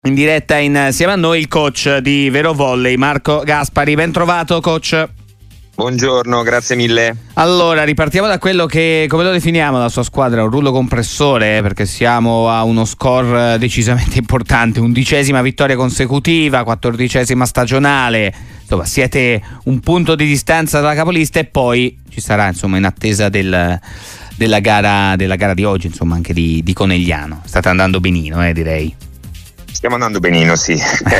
In diretta insieme a noi il coach di Vero Volley, Marco Gaspari. Ben trovato, coach. Buongiorno, grazie mille. Allora, ripartiamo da quello che, come lo definiamo la sua squadra, un rullo compressore, perché siamo a uno score decisamente importante, 11ª vittoria consecutiva, 14ª stagionale, insomma siete un punto di distanza dalla capolista e poi ci sarà insomma in attesa della gara di oggi, insomma anche di Conegliano. State andando benino, direi. Stiamo andando benino, sì.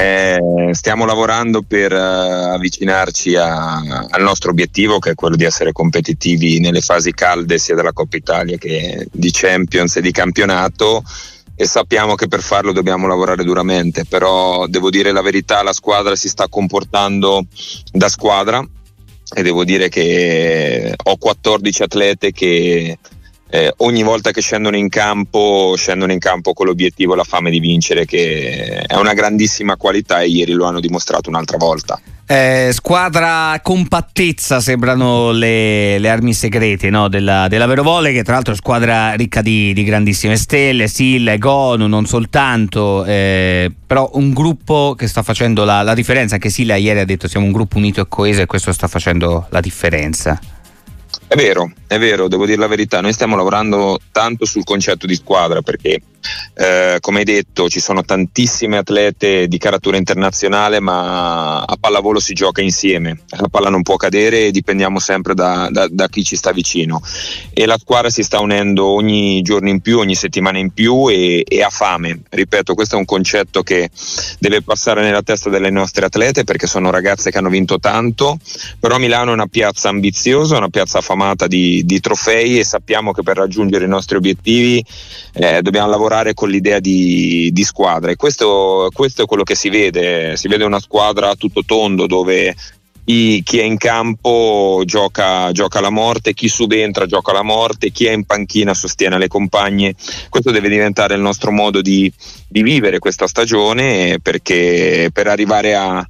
Stiamo lavorando per avvicinarci al nostro obiettivo, che è quello di essere competitivi nelle fasi calde sia della Coppa Italia che di Champions e di campionato, e sappiamo che per farlo dobbiamo lavorare duramente, però devo dire la verità, la squadra si sta comportando da squadra e devo dire che ho 14 atlete che ogni volta che scendono in campo con l'obiettivo e la fame di vincere, che è una grandissima qualità, e ieri lo hanno dimostrato un'altra volta. Squadra, compattezza sembrano le armi segrete, no? della Vero Volley, che tra l'altro è squadra ricca di grandissime stelle, Silla, Gonu, non soltanto, però un gruppo che sta facendo la differenza. Anche Silla ieri ha detto siamo un gruppo unito e coeso, e questo sta facendo la differenza. È vero, devo dire la verità, noi stiamo lavorando tanto sul concetto di squadra, perché come hai detto ci sono tantissime atlete di caratura internazionale, ma a pallavolo si gioca insieme, la palla non può cadere e dipendiamo sempre da chi ci sta vicino, e la squadra si sta unendo ogni giorno in più, ogni settimana in più, e ha fame. Ripeto, questo è un concetto che deve passare nella testa delle nostre atlete, perché sono ragazze che hanno vinto tanto, però Milano è una piazza ambiziosa, una piazza affamata di trofei, e sappiamo che per raggiungere i nostri obiettivi dobbiamo lavorare con l'idea di squadra, e questo è quello che si vede una squadra a tutto tondo, dove chi è in campo gioca la morte, chi subentra gioca la morte, chi è in panchina sostiene le compagne. Questo deve diventare il nostro modo di vivere questa stagione, perché per arrivare a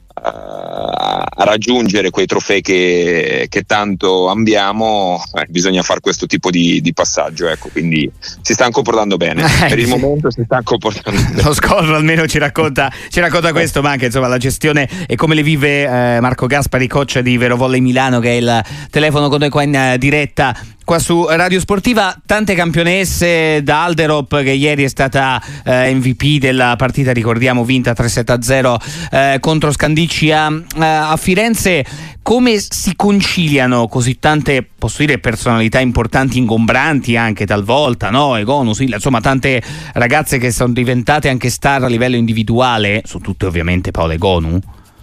raggiungere quei trofei che tanto ambiamo, bisogna fare questo tipo di passaggio, ecco. Quindi si stanno comportando bene, per il momento si stanno comportando bene. Lo scorro almeno ci racconta questo, ma anche insomma la gestione e come le vive Marco Gaspari, coach di Vero Volley Milano, che è il telefono con noi qua in diretta qua su Radio Sportiva. Tante campionesse, da Alderop, che ieri è stata MVP della partita, ricordiamo, vinta 3-7-0 contro Scandicci a Firenze. Come si conciliano così tante, posso dire, personalità importanti, ingombranti anche talvolta, no? Egonu, Silla, insomma tante ragazze che sono diventate anche star a livello individuale, su tutte ovviamente Paola Egonu?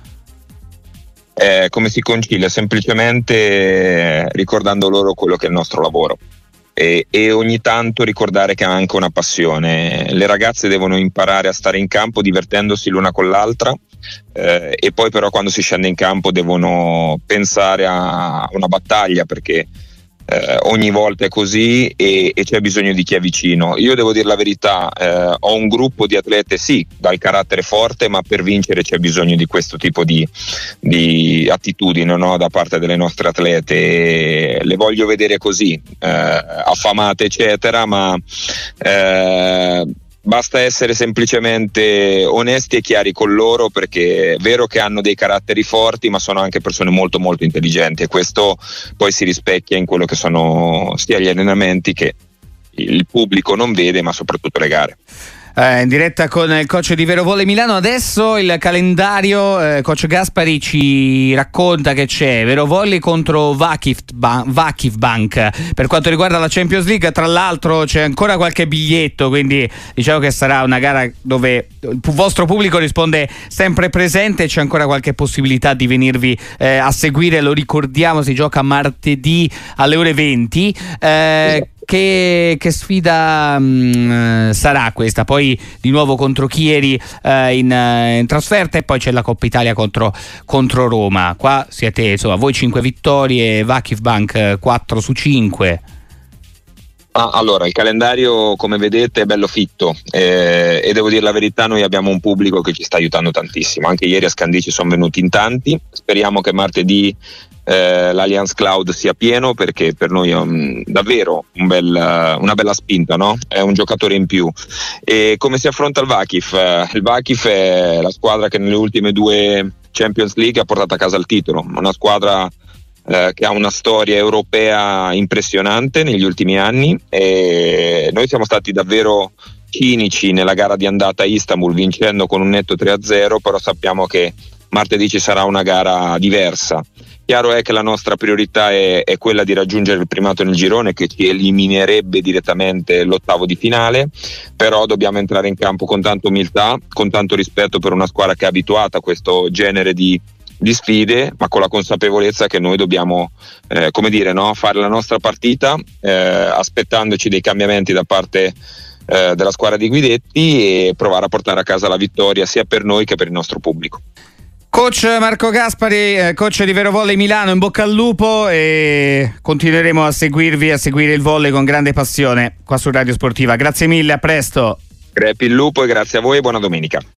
Come si concilia? Semplicemente ricordando loro quello che è il nostro lavoro, e ogni tanto ricordare che ha anche una passione. Le ragazze devono imparare a stare in campo divertendosi l'una con l'altra, e poi però quando si scende in campo devono pensare a una battaglia, perché ogni volta è così, e c'è bisogno di chi è vicino. Io devo dire la verità, ho un gruppo di atlete sì dal carattere forte, ma per vincere c'è bisogno di questo tipo di attitudine, no? Da parte delle nostre atlete. Le voglio vedere così, affamate eccetera, ma basta essere semplicemente onesti e chiari con loro, perché è vero che hanno dei caratteri forti, ma sono anche persone molto molto intelligenti, e questo poi si rispecchia in quello che sono sia gli allenamenti che il pubblico non vede, ma soprattutto le gare. In diretta con il coach di Vero Volley Milano. Adesso il calendario, coach Gaspari ci racconta che c'è Vero Volley contro Vakif Bank per quanto riguarda la Champions League. Tra l'altro c'è ancora qualche biglietto, quindi diciamo che sarà una gara dove il vostro pubblico risponde sempre presente. C'è ancora qualche possibilità di venirvi a seguire, lo ricordiamo, si gioca martedì alle ore 20. Che sfida sarà questa? Poi di nuovo contro Chieri in trasferta, e poi c'è la Coppa Italia contro Roma. Qua siete, insomma, voi 5 vittorie, Vakif Bank 4 su 5. Allora, il calendario, come vedete, è bello fitto, e devo dire la verità, noi abbiamo un pubblico che ci sta aiutando tantissimo. Anche ieri a Scandicci sono venuti in tanti. Speriamo che martedì l'Allianz Cloud sia pieno, perché per noi è davvero una bella spinta, no? È un giocatore in più. E come si affronta il Vakif? Il Vakif è la squadra che nelle ultime 2 Champions League ha portato a casa il titolo, una squadra che ha una storia europea impressionante negli ultimi anni, e noi siamo stati davvero cinici nella gara di andata a Istanbul, vincendo con un netto 3-0, però sappiamo che martedì ci sarà una gara diversa. Chiaro è che la nostra priorità è quella di raggiungere il primato nel girone, che ci eliminerebbe direttamente l'ottavo di finale, però dobbiamo entrare in campo con tanta umiltà, con tanto rispetto per una squadra che è abituata a questo genere di sfide, ma con la consapevolezza che noi dobbiamo fare la nostra partita, aspettandoci dei cambiamenti da parte della squadra di Guidetti, e provare a portare a casa la vittoria sia per noi che per il nostro pubblico. Coach Marco Gaspari, coach di Vero Volley Milano, in bocca al lupo, e continueremo a seguire il volley con grande passione qua su Radio Sportiva. Grazie mille, a presto. Crepi il lupo e grazie a voi e buona domenica.